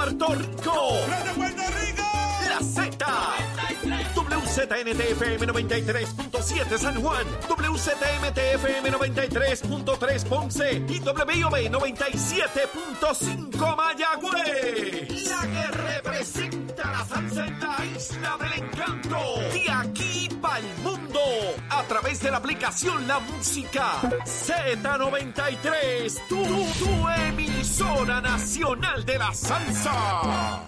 Puerto Rico. La Z. WZNT-FM 93.7 San Juan, WZMT-FM 93.3 Ponce y WIOB 97.5 Mayagüez. La que representa la salsa en la Isla del Encanto. De aquí para el mundo. A través de la aplicación La Música Z93. Tu emisora nacional de la salsa.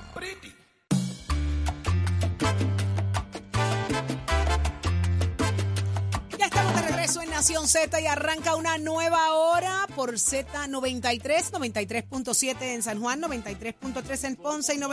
En Nación Z y arranca una nueva hora por Z93, 93.7 en San Juan, 93.3 en Ponce y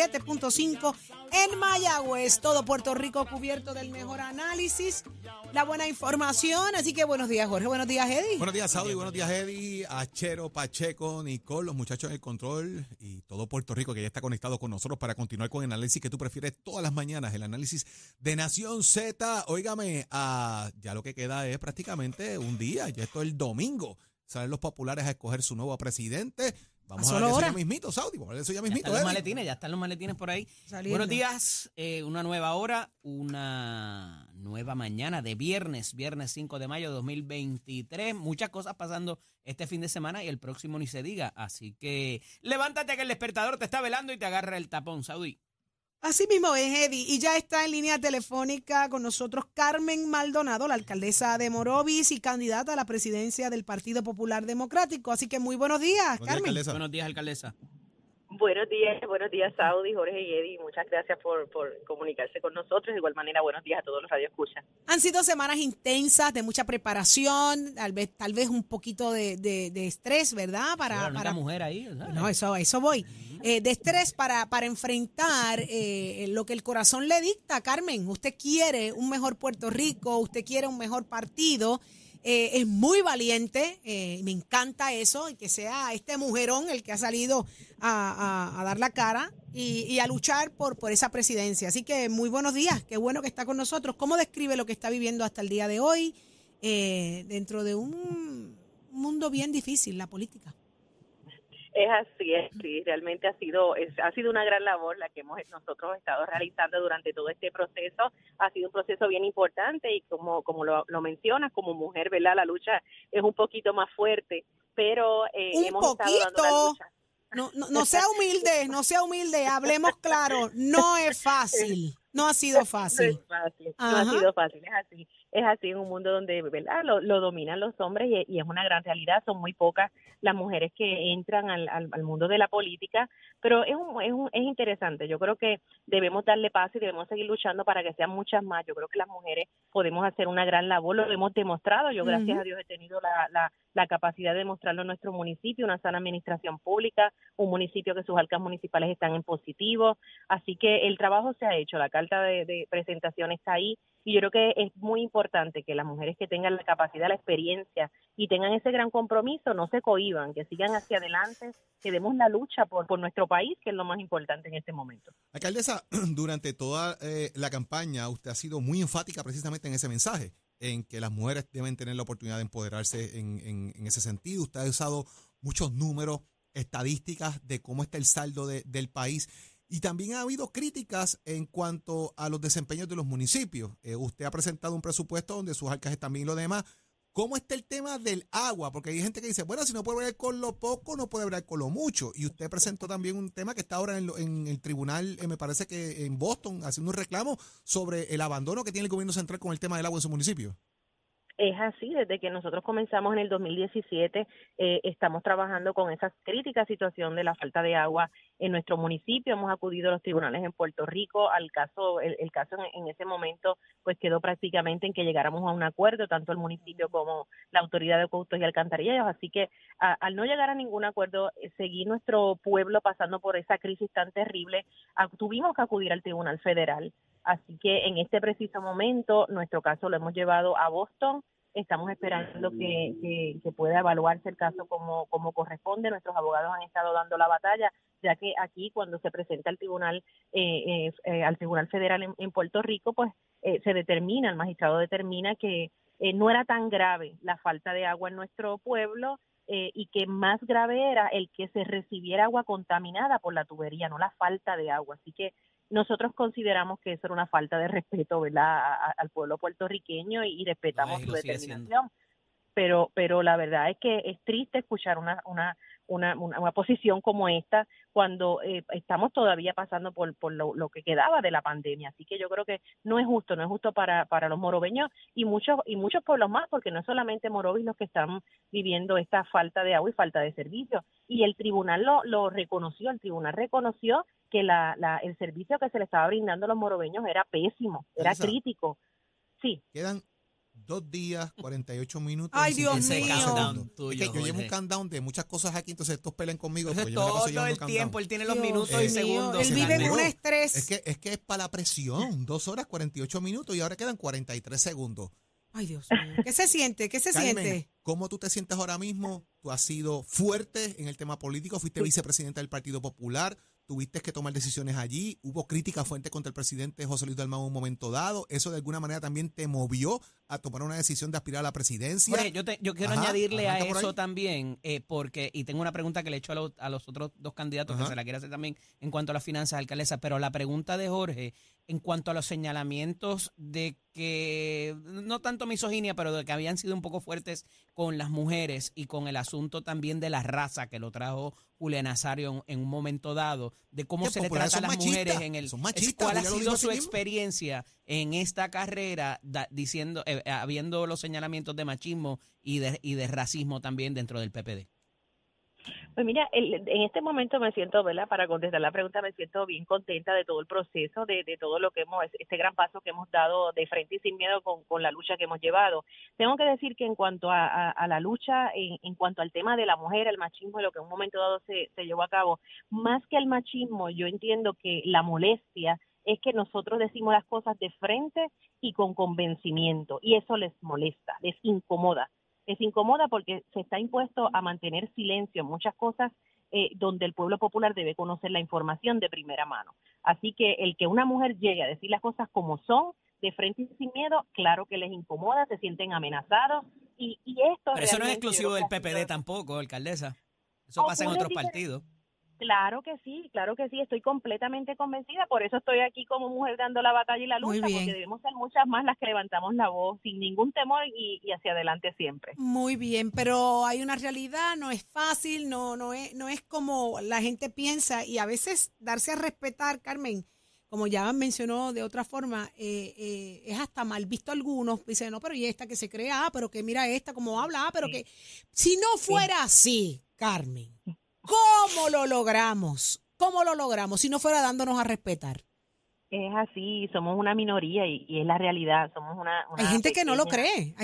97.5 en Mayagüez. Todo Puerto Rico cubierto del mejor análisis, la buena información. Así que buenos días, Jorge. Buenos días, Eddie. Buenos días, Saudi. Buenos días, Eddie, Achero, Pacheco, Nicole, los muchachos en el control y todo Puerto Rico que ya está conectado con nosotros para continuar con el análisis que tú prefieres todas las mañanas, el análisis de Nación Z. Óigame, ya lo que queda es prácticamente un día, ya esto es el domingo. Salen los populares a escoger su nuevo presidente. Vamos a ver eso ya mismito, Saudi. Vamos a ver eso ya mismito. Ya están los maletines por ahí. Saliendo. Buenos días, una nueva hora, una nueva mañana de viernes 5 de mayo de 2023. Muchas cosas pasando este fin de semana y el próximo ni se diga. Así que levántate que el despertador te está velando y te agarra el tapón, Saudi. Así mismo es, Eddie, y ya está en línea telefónica con nosotros Carmen Maldonado, la alcaldesa de Morovis y candidata a la presidencia del Partido Popular Democrático. Así que muy buenos días, Carmen. Buenos días, alcaldesa. Buenos días, Saudi, Jorge y Eddie. Muchas gracias por comunicarse con nosotros. De igual manera, buenos días a todos los radioescuchas. Han sido semanas intensas, de mucha preparación, tal vez un poquito de estrés, ¿verdad? Para mujer ahí, ¿sabes? No, eso voy. De estrés para enfrentar lo que el corazón le dicta, Carmen. Usted quiere un mejor Puerto Rico, usted quiere un mejor partido. Es muy valiente, me encanta eso, y que sea este mujerón el que ha salido a dar la cara y a luchar por esa presidencia. Así que muy buenos días, qué bueno que está con nosotros. ¿Cómo describe lo que está viviendo hasta el día de hoy dentro de un mundo bien difícil, la política? Es así, realmente ha sido una gran labor la que nosotros estado realizando durante todo este proceso. Ha sido un proceso bien importante y como lo mencionas, como mujer, ¿verdad? La lucha es un poquito más fuerte, pero hemos estado dando la lucha. No sea humilde, hablemos claro, no es fácil, no ha sido fácil. No ha sido fácil, es así en un mundo donde, ¿verdad? Lo dominan los hombres y es una gran realidad. Son muy pocas las mujeres que entran al mundo de la política, pero es interesante. Yo creo que debemos darle paso y debemos seguir luchando para que sean muchas más. Yo creo que las mujeres podemos hacer una gran labor, lo hemos demostrado. Yo, gracias a Dios, he tenido la capacidad de demostrarlo en nuestro municipio, una sana administración pública, un municipio que sus arcas municipales están en positivo. Así que el trabajo se ha hecho, la carta de presentación está ahí. Y yo creo que es muy importante que las mujeres que tengan la capacidad, la experiencia y tengan ese gran compromiso no se cohíban, que sigan hacia adelante, que demos la lucha por nuestro país, que es lo más importante en este momento. Alcaldesa, durante toda la campaña usted ha sido muy enfática precisamente en ese mensaje, en que las mujeres deben tener la oportunidad de empoderarse en ese sentido. Usted ha usado muchos números, estadísticas de cómo está el saldo del país. Y también ha habido críticas en cuanto a los desempeños de los municipios. Usted ha presentado un presupuesto donde sus arcas están bien y lo demás. ¿Cómo está el tema del agua? Porque hay gente que dice, bueno, si no puede hablar con lo poco, no puede hablar con lo mucho. Y usted presentó también un tema que está ahora en el tribunal, me parece que en Boston, haciendo un reclamo sobre el abandono que tiene el gobierno central con el tema del agua en su municipio. Es así, desde que nosotros comenzamos en el 2017, estamos trabajando con esa crítica situación de la falta de agua en nuestro municipio. Hemos acudido a los tribunales en Puerto Rico. El caso en ese momento pues quedó prácticamente en que llegáramos a un acuerdo, tanto el municipio como la Autoridad de Acueductos y Alcantarillas. Así que al no llegar a ningún acuerdo, seguir nuestro pueblo pasando por esa crisis tan terrible, tuvimos que acudir al Tribunal Federal. Así que en este preciso momento, nuestro caso lo hemos llevado a Boston. Estamos esperando que pueda evaluarse el caso como corresponde. Nuestros abogados han estado dando la batalla, ya que aquí cuando se presenta al Tribunal Federal en Puerto Rico, pues el magistrado determina que no era tan grave la falta de agua en nuestro pueblo, y que más grave era el que se recibiera agua contaminada por la tubería, no la falta de agua. Así que nosotros consideramos que eso era una falta de respeto, ¿verdad?, al pueblo puertorriqueño y respetamos su determinación. Pero la verdad es que es triste escuchar una posición como esta cuando estamos todavía pasando por lo que quedaba de la pandemia. Así que yo creo que no es justo para los morobeños y muchos pueblos más, porque no es solamente Morovis los que están viviendo esta falta de agua y falta de servicio. Y el tribunal lo reconoció, el tribunal reconoció que el servicio que se le estaba brindando a los morobeños era pésimo, era crítico. Sí. Quedan 2 días, 48 minutos. Ay, Dios mío. Es que yo llevo un countdown de muchas cosas aquí, entonces estos pelean conmigo. Eso es todo el tiempo, él tiene los minutos y segundos. Él vive en un estrés. Es que es para la presión. 2 horas, 48 minutos y ahora quedan 43 segundos. Ay, Dios mío. ¿Qué se siente? ¿Qué se siente? ¿Cómo tú te sientes ahora mismo? Tú has sido fuerte en el tema político, fuiste vicepresidenta del Partido Popular, tuviste que tomar decisiones allí, hubo crítica fuerte contra el presidente José Luis Dalmau en un momento dado, ¿eso de alguna manera también te movió a tomar una decisión de aspirar a la presidencia? Jorge, yo quiero añadirle a eso también, porque, y tengo una pregunta que le he hecho a los otros 2 candidatos, que se la quiero hacer también en cuanto a las finanzas, alcaldesa, pero la pregunta de Jorge, en cuanto a los señalamientos de que, no tanto misoginia, pero de que habían sido un poco fuertes con las mujeres y con el asunto también de la raza que lo trajo Julia Nazario en un momento dado, de cómo se le trata a las mujeres en el... ¿Cuál ha sido su experiencia en esta carrera diciendo, habiendo los señalamientos de machismo y de racismo también dentro del PPD? Pues mira, en este momento me siento, ¿verdad?, para contestar la pregunta, me siento bien contenta de todo el proceso, de todo lo que este gran paso que hemos dado de frente y sin miedo con la lucha que hemos llevado. Tengo que decir que en cuanto a la lucha, en cuanto al tema de la mujer, el machismo y lo que en un momento dado se llevó a cabo, más que el machismo, yo entiendo que la molestia es que nosotros decimos las cosas de frente y con convencimiento, y eso les molesta, les incomoda. Es incomoda porque se está impuesto a mantener silencio en muchas cosas donde el pueblo popular debe conocer la información de primera mano. Así que el que una mujer llegue a decir las cosas como son, de frente y sin miedo, claro que les incomoda, se sienten amenazados. Y esto pero eso no es exclusivo del PPD tampoco, alcaldesa. Eso pasa en otros partidos. Claro que sí, estoy completamente convencida, por eso estoy aquí como mujer dando la batalla y la lucha, porque debemos ser muchas más las que levantamos la voz sin ningún temor y hacia adelante siempre. Muy bien, pero hay una realidad, no es fácil, no es como la gente piensa y a veces darse a respetar, Carmen, como ya mencionó de otra forma, es hasta mal visto algunos, dicen, no, pero y esta que se cree, pero que mira esta como habla, pero que si no fuera así, Carmen, ¿cómo lo logramos? ¿Cómo lo logramos si no fuera dándonos a respetar? Es así, somos una minoría y es la realidad, somos una hay gente que no lo cree,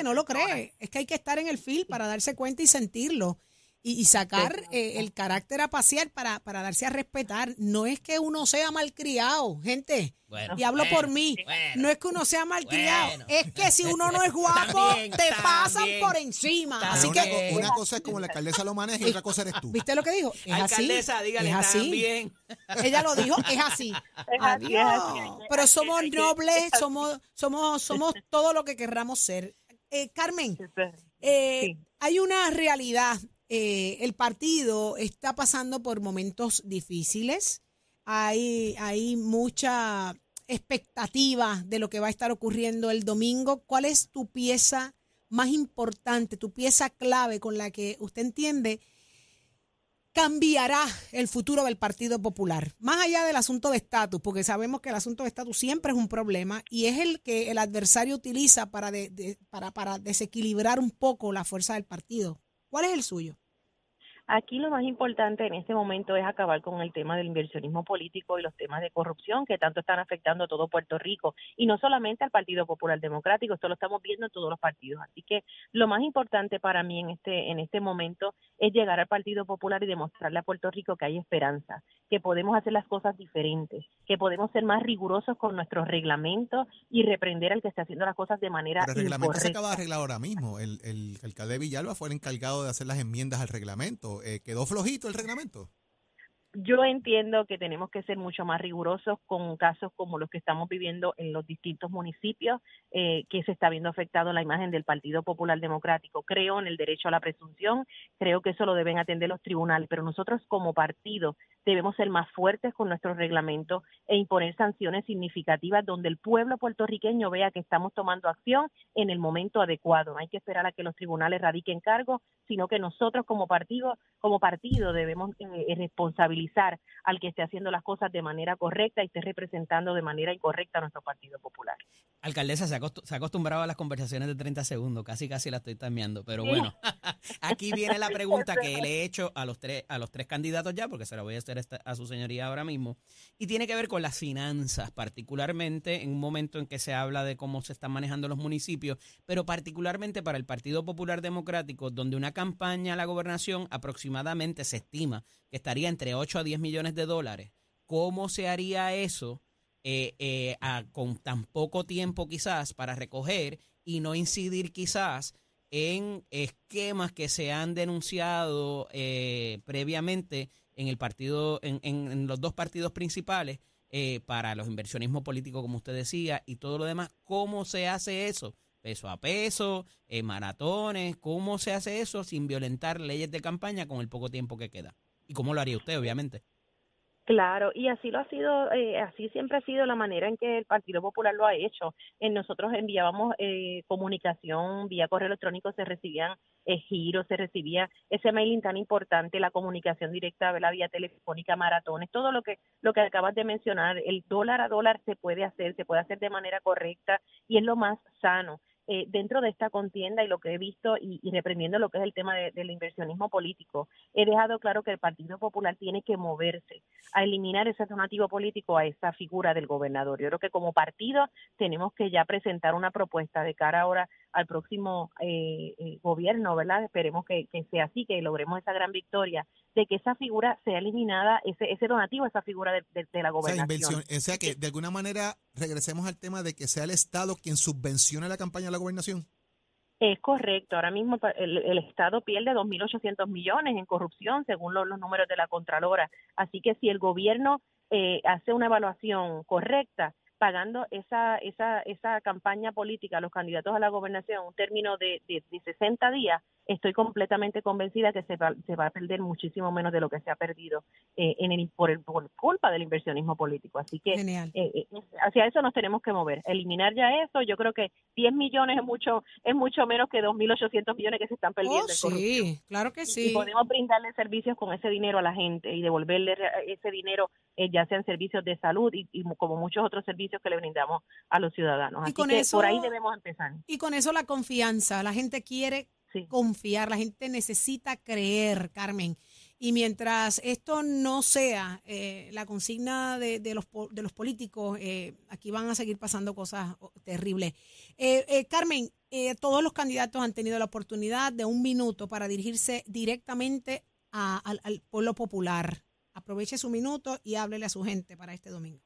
es que hay que estar en el field para darse cuenta y sentirlo y sacar el carácter a pasear para darse a respetar. No es que uno sea malcriado, gente, y hablo por mí, no es que uno sea malcriado, es que si uno no es guapo, te pasan por encima. Así que una cosa es como la alcaldesa lo maneja y otra cosa eres tú. ¿Viste lo que dijo? Es alcaldesa, así, dígale, es así. También. Ella lo dijo, es así. Adiós. Pero somos nobles, somos todo lo que querramos ser. Carmen, hay una realidad. El partido está pasando por momentos difíciles. Hay mucha expectativa de lo que va a estar ocurriendo el domingo. ¿Cuál es tu pieza más importante, tu pieza clave con la que usted entiende cambiará el futuro del Partido Popular? Más allá del asunto de estatus, porque sabemos que el asunto de estatus siempre es un problema y es el que el adversario utiliza para desequilibrar un poco la fuerza del partido. ¿Cuál es el suyo? Aquí lo más importante en este momento es acabar con el tema del inversionismo político y los temas de corrupción que tanto están afectando a todo Puerto Rico y no solamente al Partido Popular Democrático, esto lo estamos viendo en todos los partidos. Así que lo más importante para mí en este momento es llegar al Partido Popular y demostrarle a Puerto Rico que hay esperanza, que podemos hacer las cosas diferentes, que podemos ser más rigurosos con nuestros reglamentos y reprender al que está haciendo las cosas de manera incorrecta. Pero el reglamento se incorrecta. acaba de arreglar ahora mismo. El alcalde Villalba fue el encargado de hacer las enmiendas al reglamento. ¿Quedó flojito el reglamento? Yo entiendo que tenemos que ser mucho más rigurosos con casos como los que estamos viviendo en los distintos municipios, que se está viendo afectado la imagen del Partido Popular Democrático. Creo en el derecho a la presunción, creo que eso lo deben atender los tribunales, pero nosotros como partido debemos ser más fuertes con nuestros reglamentos e imponer sanciones significativas donde el pueblo puertorriqueño vea que estamos tomando acción en el momento adecuado. No hay que esperar a que los tribunales radiquen cargos, sino que nosotros como partido debemos responsabilizar al que esté haciendo las cosas de manera correcta y esté representando de manera incorrecta a nuestro Partido Popular. Alcaldesa, se ha acostumbrado a las conversaciones de 30 segundos, casi la estoy tameando, pero bueno, aquí viene la pregunta que le he hecho a los tres candidatos ya, porque se la voy a hacer a su señoría ahora mismo, y tiene que ver con las finanzas, particularmente en un momento en que se habla de cómo se están manejando los municipios, pero particularmente para el Partido Popular Democrático, donde una campaña a la gobernación aproximadamente se estima que estaría entre 8 a 10 millones de dólares. ¿Cómo se haría eso con tan poco tiempo quizás para recoger y no incidir quizás en esquemas que se han denunciado previamente en el partido, en los dos partidos principales para los inversionismos políticos, como usted decía, y todo lo demás? ¿Cómo se hace eso? Peso a peso, maratones, ¿cómo se hace eso sin violentar leyes de campaña con el poco tiempo que queda? ¿Y cómo lo haría usted, obviamente? Claro, y así lo ha sido, así siempre ha sido la manera en que el Partido Popular lo ha hecho. Nosotros enviábamos comunicación vía correo electrónico, se recibían giros, se recibía ese mailing tan importante, la comunicación directa, la vía telefónica, maratones, todo lo que acabas de mencionar, el dólar a dólar se puede hacer de manera correcta y es lo más sano. Dentro de esta contienda y lo que he visto y reprendiendo lo que es el tema del inversionismo político, he dejado claro que el Partido Popular tiene que moverse a eliminar ese donativo político a esa figura del gobernador. Yo creo que como partido tenemos que ya presentar una propuesta de cara ahora al próximo gobierno, ¿verdad? Esperemos que sea así, que logremos esa gran victoria, de que esa figura sea eliminada, ese donativo, esa figura de la gobernación. O sea, que de alguna manera regresemos al tema de que sea el Estado quien subvencione la campaña de la gobernación. Es correcto. Ahora mismo el Estado pierde 2.800 millones en corrupción, según los números de la Contralora. Así que si el gobierno hace una evaluación correcta, pagando esa campaña política a los candidatos a la gobernación en un término de 60 días, estoy completamente convencida que se va a perder muchísimo menos de lo que se ha perdido por culpa del inversionismo político. Así que hacia eso nos tenemos que mover, eliminar ya eso. Yo creo que 10 millones es mucho menos que 2.800 millones que se están perdiendo en corrupción. Sí, claro que sí. Y podemos brindarle servicios con ese dinero a la gente y devolverle ese dinero, ya sean servicios de salud y como muchos otros servicios que le brindamos a los ciudadanos. Así que por ahí debemos empezar. Y con eso la confianza. La gente quiere confiar, la gente necesita creer, Carmen. Y mientras esto no sea la consigna de los políticos, aquí van a seguir pasando cosas terribles. Carmen, todos los candidatos han tenido la oportunidad de 1 minuto para dirigirse directamente al pueblo popular. Aproveche su minuto y háblele a su gente para este domingo.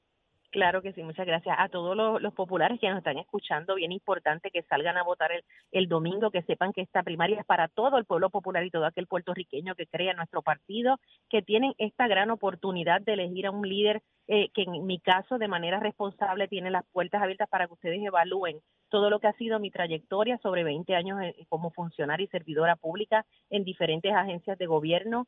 Claro que sí, muchas gracias. A todos los populares que nos están escuchando, bien importante que salgan a votar el domingo, que sepan que esta primaria es para todo el pueblo popular y todo aquel puertorriqueño que crea en nuestro partido, que tienen esta gran oportunidad de elegir a un líder que en mi caso de manera responsable tiene las puertas abiertas para que ustedes evalúen todo lo que ha sido mi trayectoria sobre 20 años como funcionaria y servidora pública en diferentes agencias de gobierno,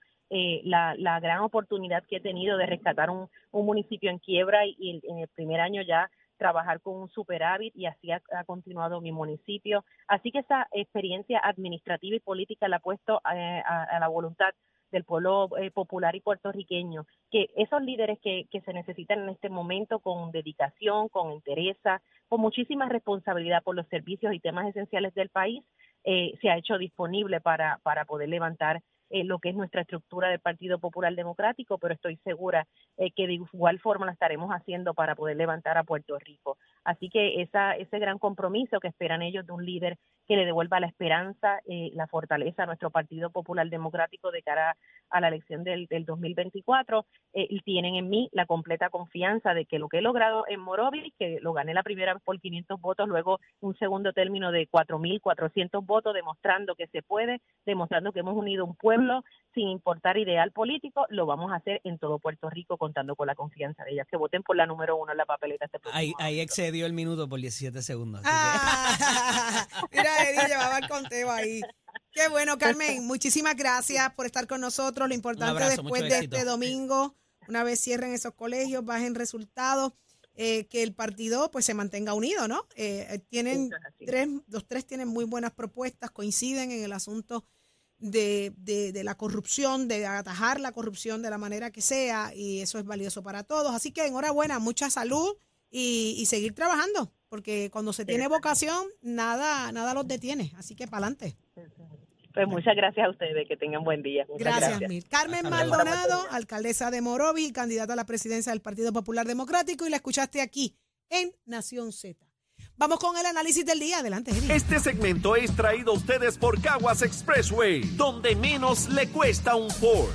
la gran oportunidad que he tenido de rescatar un municipio en quiebra y en el primer año ya trabajar con un superávit y así ha continuado mi municipio. Así que esa experiencia administrativa y política la ha puesto a la voluntad del pueblo popular y puertorriqueño, que esos líderes que se necesitan en este momento con dedicación, con entereza, con muchísima responsabilidad por los servicios y temas esenciales del país, se ha hecho disponible para poder levantar lo que es nuestra estructura del Partido Popular Democrático, pero estoy segura que de igual forma lo estaremos haciendo para poder levantar a Puerto Rico. Así que ese gran compromiso que esperan ellos de un líder que le devuelva la esperanza, la fortaleza a nuestro Partido Popular Democrático de cara a la elección del 2024. Y tienen en mí la completa confianza de que lo que he logrado en Morovis, que lo gané la primera vez por 500 votos, luego un segundo término de 4.400 votos, demostrando que se puede, demostrando que hemos unido un pueblo sin importar ideal político, lo vamos a hacer en todo Puerto Rico contando con la confianza de ellas. Que voten por la número 1 en la papeleta este próximo Ahí excedió el minuto por 17 segundos. Mira, Eddie llevaba el conteo ahí. Qué bueno, Carmen. Muchísimas gracias por estar con nosotros. Lo importante después de este domingo, una vez cierren esos colegios, bajen resultados, que el partido pues se mantenga unido, ¿no? Tienen los tres tienen muy buenas propuestas, coinciden en el asunto de la corrupción, de atajar la corrupción de la manera que sea, y eso es valioso para todos. Así que enhorabuena, mucha salud y seguir trabajando, porque cuando se tiene vocación, nada los detiene. Así que para adelante. Pues muchas gracias a ustedes, que tengan buen día. Gracias, Mir. Carmen Maldonado, alcaldesa de Morovis, candidata a la presidencia del Partido Popular Democrático, y la escuchaste aquí en Nación Z. Vamos con el análisis del día. Adelante, Eric. Este segmento es traído a ustedes por Caguas Expressway, donde menos le cuesta un Ford.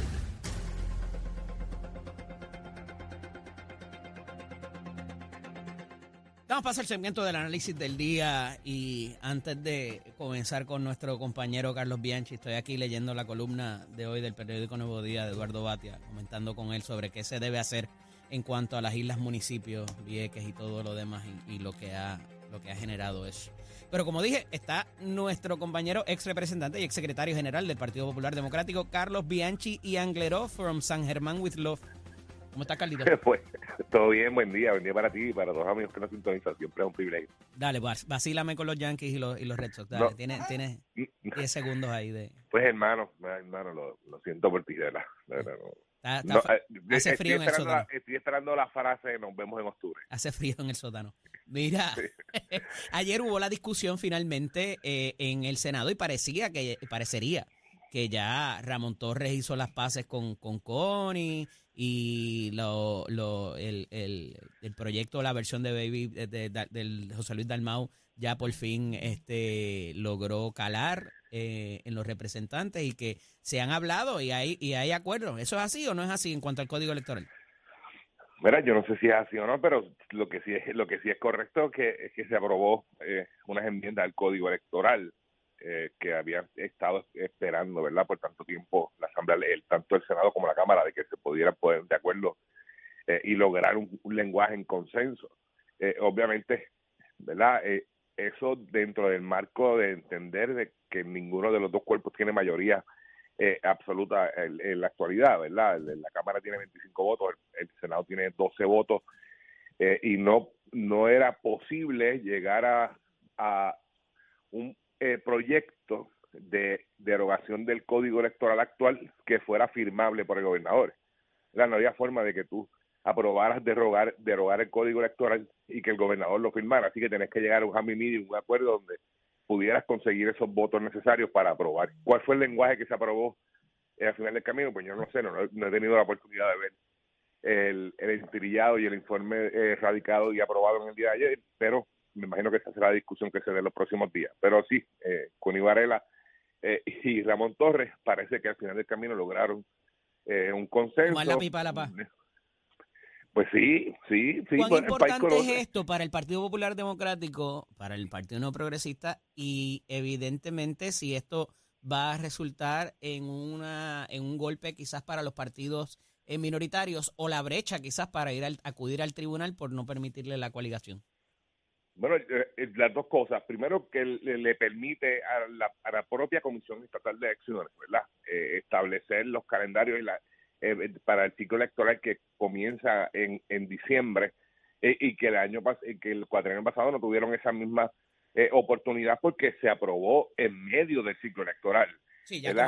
Vamos a pasar al segmento del análisis del día, y antes de comenzar con nuestro compañero Carlos Bianchi, estoy aquí leyendo la columna de hoy del periódico Nuevo Día de Eduardo Batia, comentando con él sobre qué se debe hacer en cuanto a las islas, municipios, Vieques y todo lo demás, y lo que ha generado eso. Pero como dije, está nuestro compañero ex representante y ex secretario general del Partido Popular Democrático, Carlos Bianchi y Angleró, from San Germán with Love. ¿Cómo estás, Carlito? Pues todo bien, buen día para ti y para todos los amigos que nos sintonizan, siempre es un privilegio. Dale, vacílame con los Yankees y los Red Sox, dale, no. Tienes 10 segundos ahí de... Pues hermano, lo siento por ti, de verdad. Hace frío en el sótano. Estoy esperando la frase, nos vemos en octubre. Hace frío en el sótano. Mira, sí. Ayer hubo la discusión finalmente en el Senado y parecería que ya Ramón Torres hizo las paces con Connie, y el proyecto, la versión de Baby del José Luis Dalmau ya por fin logró calar en los representantes, y que se han hablado y hay acuerdos. ¿Eso es así o no es así en cuanto al Código Electoral? Mira, yo no sé si es así o no, pero lo que sí es correcto es que se aprobó unas enmiendas al Código Electoral que habían estado esperando, ¿verdad?, por tanto tiempo la Asamblea, tanto el Senado como la Cámara, de que se pudieran poner de acuerdo y lograr un lenguaje en consenso. Obviamente, ¿verdad?, eso dentro del marco de entender de que ninguno de los dos cuerpos tiene mayoría absoluta en la actualidad, ¿verdad? La Cámara tiene 25 votos, el Senado tiene 12 votos, y no era posible llegar a un proyecto de derogación del Código Electoral actual que fuera firmable por el gobernador. No había forma de que tú aprobaras derogar el Código Electoral y que el gobernador lo firmara, así que tenés que llegar a un happy medium, un acuerdo donde pudieras conseguir esos votos necesarios para aprobar. ¿Cuál fue el lenguaje que se aprobó al final del camino? Pues yo no sé, no he tenido la oportunidad de ver el entrillado y el informe radicado y aprobado en el día de ayer, pero me imagino que esa será la discusión que se dé en los próximos días. Pero sí, Connie Varela y Ramón Torres parece que al final del camino lograron un consenso. ¿Cómo es la pipa de la paz? Pues sí. ¿Cuán importante es esto para el Partido Popular Democrático, para el Partido No Progresista, y evidentemente si esto va a resultar en un golpe quizás para los partidos minoritarios, o la brecha quizás para acudir al tribunal por no permitirle la coaligación? Bueno, las dos cosas. Primero, que le permite a la propia Comisión Estatal de Elecciones, ¿verdad?, establecer los calendarios para el ciclo electoral que comienza en diciembre, y que el cuatrienio pasado no tuvieron esa misma oportunidad porque se aprobó en medio del ciclo electoral. Sí, ya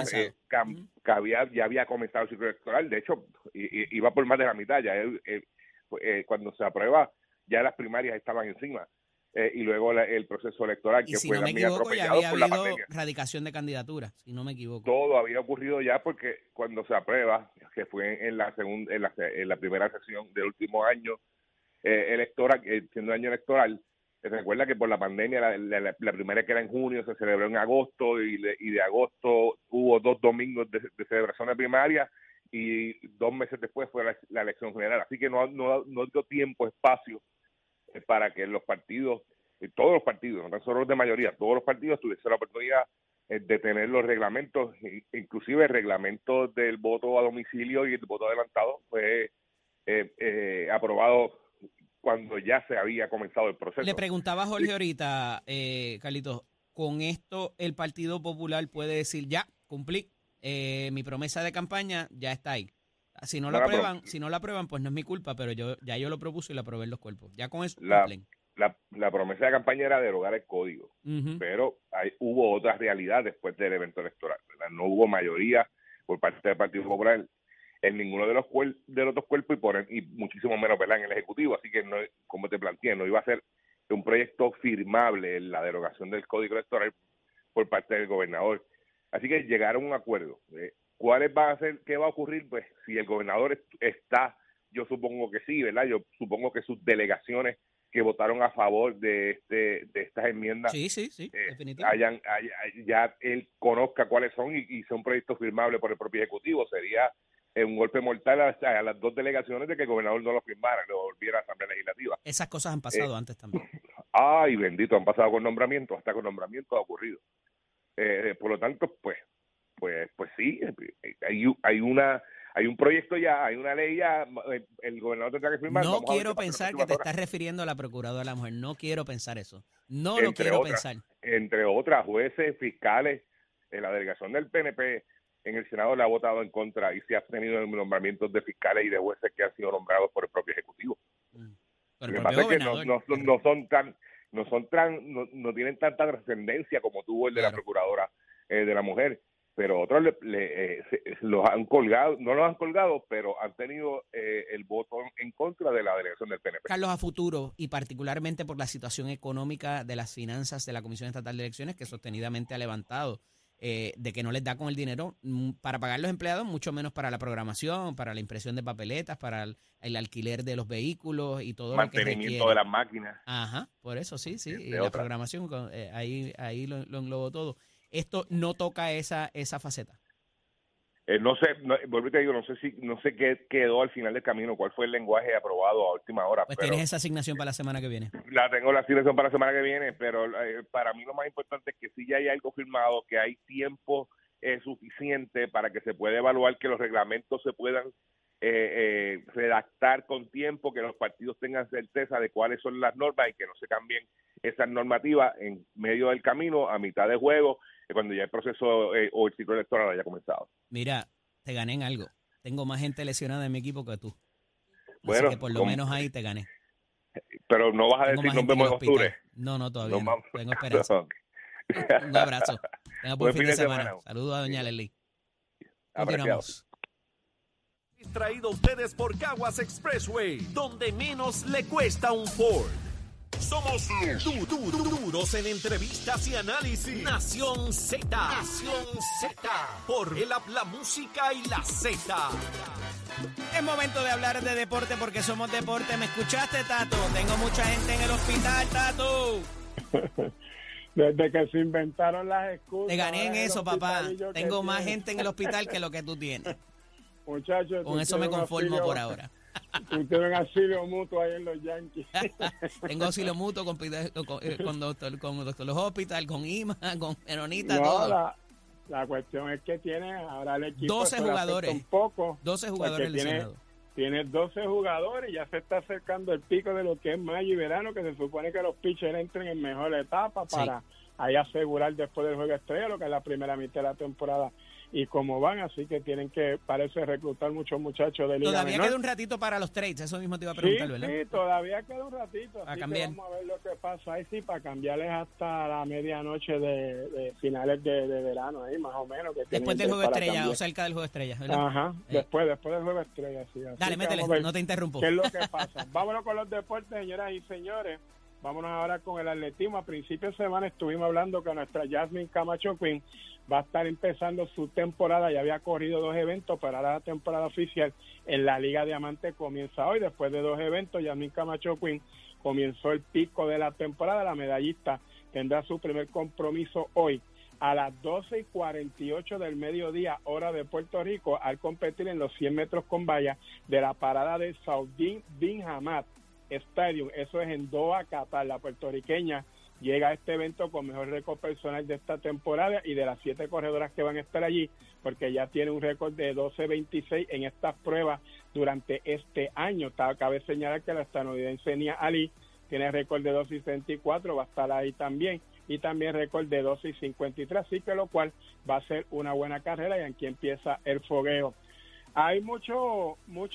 ya había comenzado el ciclo electoral. De hecho, iba por más de la mitad. Ya cuando se aprueba, ya las primarias estaban encima. Y luego el proceso electoral, que fue muy atropellado por la pandemia. Radicación de candidaturas, si no me equivoco. Todo había ocurrido ya, porque cuando se aprueba, que fue en la primera sesión del último año electoral, siendo año electoral, Recuerda que por la pandemia, la primera que era en junio se celebró en agosto y de agosto hubo 2 domingos de celebración de primaria y 2 meses después fue la elección general. Así que no dio tiempo, espacio para que los partidos, todos los partidos, no tan solo los de mayoría, todos los partidos tuviesen la oportunidad de tener los reglamentos, inclusive el reglamento del voto a domicilio y el voto adelantado fue aprobado cuando ya se había comenzado el proceso. Le preguntaba a Jorge ahorita, Carlitos, con esto el Partido Popular puede decir, ya, cumplí, mi promesa de campaña ya está ahí. Si no la aprueban, pues no es mi culpa, pero yo lo propuse y lo aprobé en los cuerpos. Ya con eso cumplen. La promesa de campaña era derogar el código, pero hubo otra realidad después del evento electoral, ¿verdad? No hubo mayoría por parte del Partido Popular en ninguno de los otros cuerpos y muchísimo menos, ¿verdad?, en el Ejecutivo. Así que, no, como te planteé, no iba a ser un proyecto firmable en la derogación del Código Electoral por parte del gobernador. Así que llegaron a un acuerdo. ¿Cuáles van a ser? ¿Qué va a ocurrir? Pues si el gobernador está, yo supongo que sí, ¿verdad? Yo supongo que sus delegaciones que votaron a favor de estas enmiendas, sí, definitivamente, ya él conozca cuáles son y sea un proyecto firmable por el propio Ejecutivo. Sería un golpe mortal a las 2 delegaciones de que el gobernador no lo firmara, lo volviera a la Asamblea Legislativa. Esas cosas han pasado antes también. Ay, bendito, han pasado con nombramientos, hasta con nombramientos ha ocurrido. Por lo tanto, pues sí, hay un proyecto ya, hay una ley ya, el gobernador tendrá que firmar. No quiero pensar que te estás refiriendo a la Procuradora de la Mujer, no quiero pensar eso, no lo quiero pensar. Entre otras, jueces, fiscales, la delegación del PNP en el Senado le ha votado en contra y se ha abstenido en nombramientos de fiscales y de jueces que han sido nombrados por el propio Ejecutivo. Lo que pasa es que no tienen tanta trascendencia como tuvo el de la Procuradora de la Mujer, pero otros los han colgado, no los han colgado, pero han tenido el voto en contra de la delegación del PNP. Carlos, a futuro, y particularmente por la situación económica de las finanzas de la Comisión Estatal de Elecciones, que sostenidamente ha levantado de que no les da con el dinero para pagar los empleados, mucho menos para la programación, para la impresión de papeletas, para el alquiler de los vehículos y todo lo que requiere. Mantenimiento de las máquinas. Ajá, por eso sí, y la programación, ahí lo englobó todo. Esto no toca esa faceta. No sé, vuelvo y te digo, no sé qué quedó al final del camino, cuál fue el lenguaje aprobado a última hora. Pues tienes esa asignación para la semana que viene. Tengo la asignación para la semana que viene, pero para mí lo más importante es que sí ya hay algo firmado, que hay tiempo suficiente para que se pueda evaluar, que los reglamentos se puedan redactar con tiempo, que los partidos tengan certeza de cuáles son las normas y que no se cambien esas normativas en medio del camino, a mitad de juego, cuando ya el proceso o el ciclo electoral haya comenzado. Mira, te gané en algo. Tengo más gente lesionada en mi equipo que tú. Bueno, así que por lo menos ahí te gané. Pero no vas a decir nos vemos en octubre. No, todavía no. Tengo esperanza. Un abrazo. Tenga buen fin de semana. Saludos a doña Leslie. Continuamos. Traído a ustedes por Caguas Expressway, donde menos le cuesta un Ford. Somos duros en entrevistas y análisis. Nación Z. Por el app La Música y la Z. Es momento de hablar de deporte porque somos deporte. ¿Me escuchaste, Tato? Tengo mucha gente en el hospital, Tato. Desde que se inventaron las excusas. Te gané en eso, papá. Tengo más gente en el hospital que lo que tú tienes. Muchachos, con eso me conformo por ahora. Tú tienes auxilio mutuo ahí en los Yankees. Tengo auxilio mutuo con Doctor Los Hospital, con IMA, con Veronita, no, todo. La cuestión es que tiene ahora el equipo 12 jugadores. Un poco, 12 jugadores lesionados. Tiene 12 jugadores, ya se está acercando el pico de lo que es mayo y verano, que se supone que los pitchers entren en mejor etapa para ahí asegurar después del juego estrella, lo que es la primera mitad de la temporada y cómo van, así que tienen que, parece, reclutar muchos muchachos de liga Todavía menor. queda un ratito para los trades, eso mismo te iba a preguntar, sí, ¿verdad? Sí, todavía queda un ratito, así que vamos a ver lo que pasa ahí, sí, para cambiarles hasta la medianoche de finales de verano, ahí más o menos. Que después del juego estrella, o cerca del juego estrella, ¿verdad? Ajá, después del juego estrella, sí. Así dale, métele, no te interrumpo. ¿Qué es lo que pasa? Vámonos con los deportes, señoras y señores. Vámonos ahora con el atletismo. A principios de semana estuvimos hablando que nuestra Jasmine Camacho Quinn va a estar empezando su temporada. Ya había corrido 2 eventos, pero ahora la temporada oficial en la Liga Diamante comienza hoy. Después de 2 eventos, Jasmine Camacho Quinn comenzó el pico de la temporada. La medallista tendrá su primer compromiso hoy a las 12:48 del mediodía, hora de Puerto Rico, al competir en los 100 metros con valla de la parada de Saudin bin Hamad Stadium. Eso es en Doha, Qatar. La puertorriqueña llega a este evento con mejor récord personal de esta temporada y de las 7 corredoras que van a estar allí, porque ya tiene un récord de 12:26 en estas pruebas durante este año. Cabe señalar que la estadounidense Nia Ali tiene récord de 12:64, va a estar ahí también, y también récord de 12:53, así que lo cual va a ser una buena carrera, y aquí empieza el fogueo. Hay mucho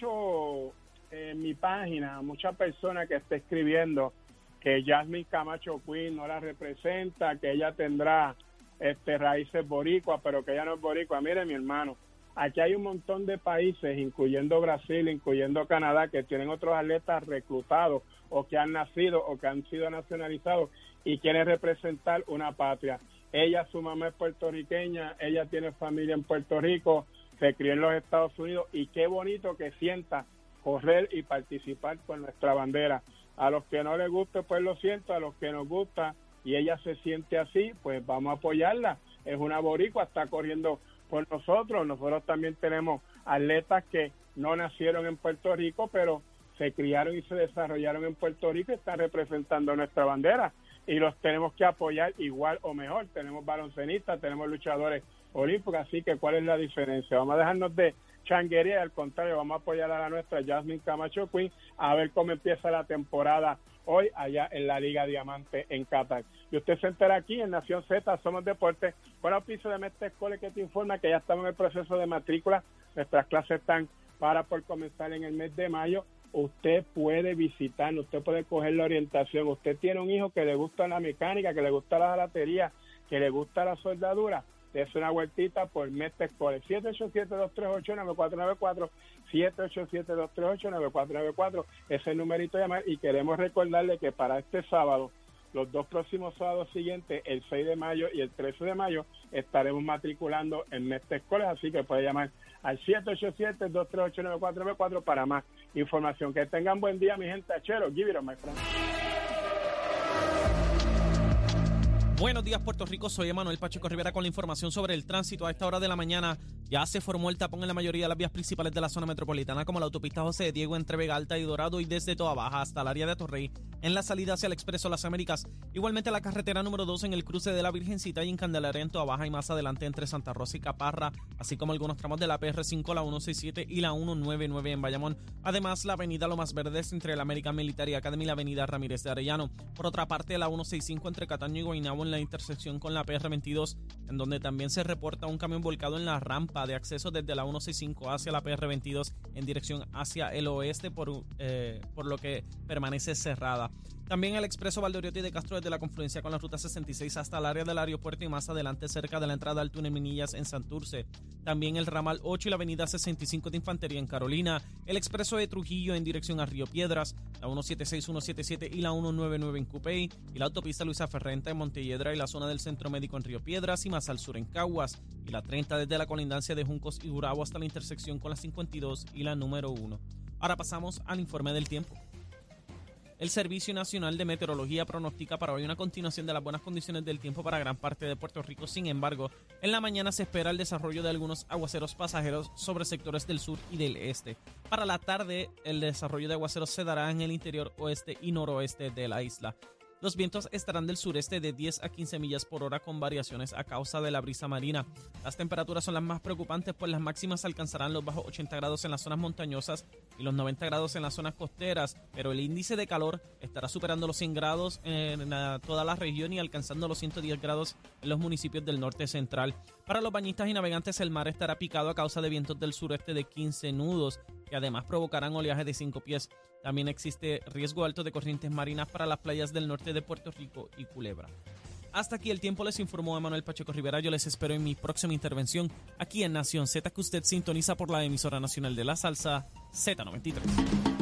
en mi página, mucha persona que está escribiendo que Yasmin Camacho Quinn no la representa, que ella tendrá raíces boricuas, pero que ella no es boricua. Mire, mi hermano, aquí hay un montón de países, incluyendo Brasil, incluyendo Canadá, que tienen otros atletas reclutados o que han nacido o que han sido nacionalizados y quieren representar una patria. Ella, su mamá es puertorriqueña, ella tiene familia en Puerto Rico, se crió en los Estados Unidos, y qué bonito que sienta correr y participar con nuestra bandera. A los que no les guste, pues lo siento. A los que nos gusta y ella se siente así, pues vamos a apoyarla. Es una boricua, está corriendo por nosotros. Nosotros también tenemos atletas que no nacieron en Puerto Rico, pero se criaron y se desarrollaron en Puerto Rico y están representando nuestra bandera, y los tenemos que apoyar igual o mejor. Tenemos baloncenistas, tenemos luchadores olímpicos, así que ¿cuál es la diferencia? Vamos a dejarnos de changuería, al contrario, vamos a apoyar a la nuestra Yasmin Camacho Quinn, a ver cómo empieza la temporada hoy allá en la Liga Diamante en Qatar. Y usted se entera aquí en Nación Z, Somos Deportes, con el auspicio de Mestre Escuela, que te informa que ya estamos en el proceso de matrícula. Nuestras clases están por comenzar en el mes de mayo. Usted puede visitarnos, usted puede coger la orientación. Usted tiene un hijo que le gusta la mecánica, que le gusta la jalatería, que le gusta la soldadura, es una vueltita por Mestre Escoles. 787-238-9494, 787-238-9494, ese es el numerito de llamar. Y queremos recordarle que para este sábado, los 2 próximos sábados siguientes, el 6 de mayo y el 13 de mayo, estaremos matriculando en Mestre Escoles, así que puede llamar al 787-238-9494 para más información. Que tengan buen día, mi gente. Achero, give it on, my friend. Buenos días, Puerto Rico. Soy Emanuel Pacheco Rivera con la información sobre el tránsito. A esta hora de la mañana ya se formó el tapón en la mayoría de las vías principales de la zona metropolitana, como la autopista José de Diego entre Vega Alta y Dorado, y desde Toa Baja hasta el área de Atorrey en la salida hacia el Expreso Las Américas. Igualmente la carretera número 2 en el cruce de la Virgencita y en Candelaria en Toa Baja, y más adelante entre Santa Rosa y Caparra, así como algunos tramos de la PR5, la 167 y la 199 en Bayamón. Además, la avenida Lomas Verdes entre la American Military Academy y la avenida Ramírez de Arellano. Por otra parte, la 165 entre Cataño y Guaynabo en la intersección con la PR22, en donde también se reporta un camión volcado en la rampa de acceso desde la 165 hacia la PR22 en dirección hacia el oeste, por lo que permanece cerrada. También el expreso Valdoriotti de Castro desde la confluencia con la ruta 66 hasta el área del aeropuerto y más adelante cerca de la entrada al túnel Minillas en Santurce. También el ramal 8 y la avenida 65 de Infantería en Carolina, el expreso de Trujillo en dirección a Río Piedras, la 176, 177 y la 199 en Cupey, y la autopista Luisa Ferrenta en Montelledra y la zona del Centro Médico en Río Piedras, y más al sur en Caguas, y la 30 desde la colindancia de Juncos y Gurabo hasta la intersección con la 52 y la número 1. Ahora pasamos al informe del tiempo. El Servicio Nacional de Meteorología pronostica para hoy una continuación de las buenas condiciones del tiempo para gran parte de Puerto Rico. Sin embargo, en la mañana se espera el desarrollo de algunos aguaceros pasajeros sobre sectores del sur y del este. Para la tarde, el desarrollo de aguaceros se dará en el interior oeste y noroeste de la isla. Los vientos estarán del sureste de 10 a 15 millas por hora con variaciones a causa de la brisa marina. Las temperaturas son las más preocupantes, pues las máximas alcanzarán los bajos 80 grados en las zonas montañosas y los 90 grados en las zonas costeras, pero el índice de calor estará superando los 100 grados en toda la región y alcanzando los 110 grados en los municipios del norte central. Para los bañistas y navegantes, el mar estará picado a causa de vientos del sureste de 15 nudos, que además provocarán oleaje de 5 pies. También existe riesgo alto de corrientes marinas para las playas del norte de Puerto Rico y Culebra. Hasta aquí el tiempo, les informó Emanuel Pacheco Rivera. Yo les espero en mi próxima intervención aquí en Nación Z, que usted sintoniza por la emisora nacional de la salsa Z93.